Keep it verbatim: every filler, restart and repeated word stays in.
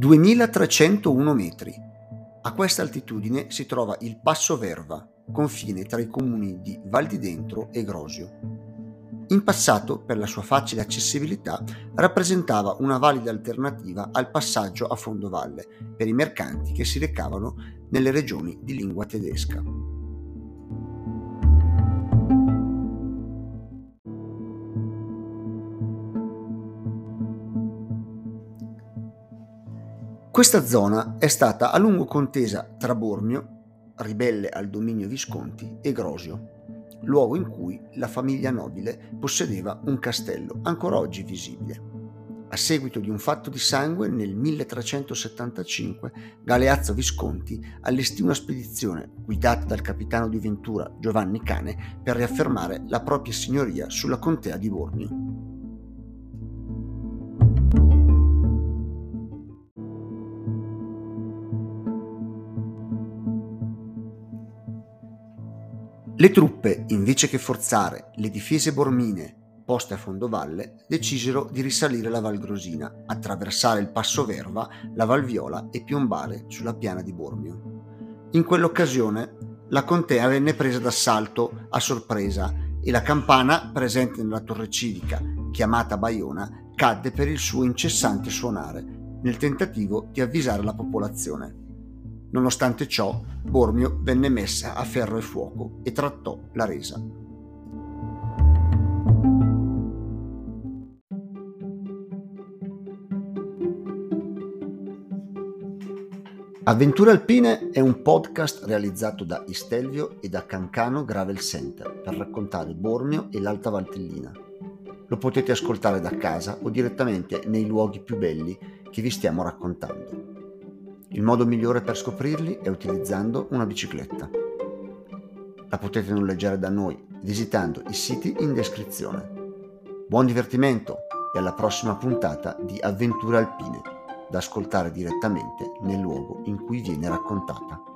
duemilatrecentouno metri. A questa altitudine si trova il Passo Verva, confine tra i comuni di Val di Dentro e Grosio. In passato, per la sua facile accessibilità, rappresentava una valida alternativa al passaggio a fondovalle per i mercanti che si recavano nelle regioni di lingua tedesca. Questa zona è stata a lungo contesa tra Bormio, ribelle al dominio Visconti, e Grosio, luogo in cui la famiglia nobile possedeva un castello ancora oggi visibile. A seguito di un fatto di sangue, nel milletrecentosettantacinque Galeazzo Visconti allestì una spedizione guidata dal capitano di Ventura Giovanni Cane per riaffermare la propria signoria sulla contea di Bormio. Le truppe, invece che forzare le difese bormine poste a fondovalle, decisero di risalire la Val Grosina, attraversare il Passo Verva, la Val Viola e piombare sulla piana di Bormio. In quell'occasione la contea venne presa d'assalto a sorpresa e la campana presente nella torre civica, chiamata Baiona, cadde per il suo incessante suonare, nel tentativo di avvisare la popolazione. Nonostante ciò, Bormio venne messa a ferro e fuoco e trattò la resa. Avventure Alpine è un podcast realizzato da Istelvio e da Cancano Gravel Center per raccontare Bormio e l'Alta Valtellina. Lo potete ascoltare da casa o direttamente nei luoghi più belli che vi stiamo raccontando. Il modo migliore per scoprirli è utilizzando una bicicletta. La potete noleggiare da noi visitando i siti in descrizione. Buon divertimento e alla prossima puntata di Avventure Alpine, da ascoltare direttamente nel luogo in cui viene raccontata.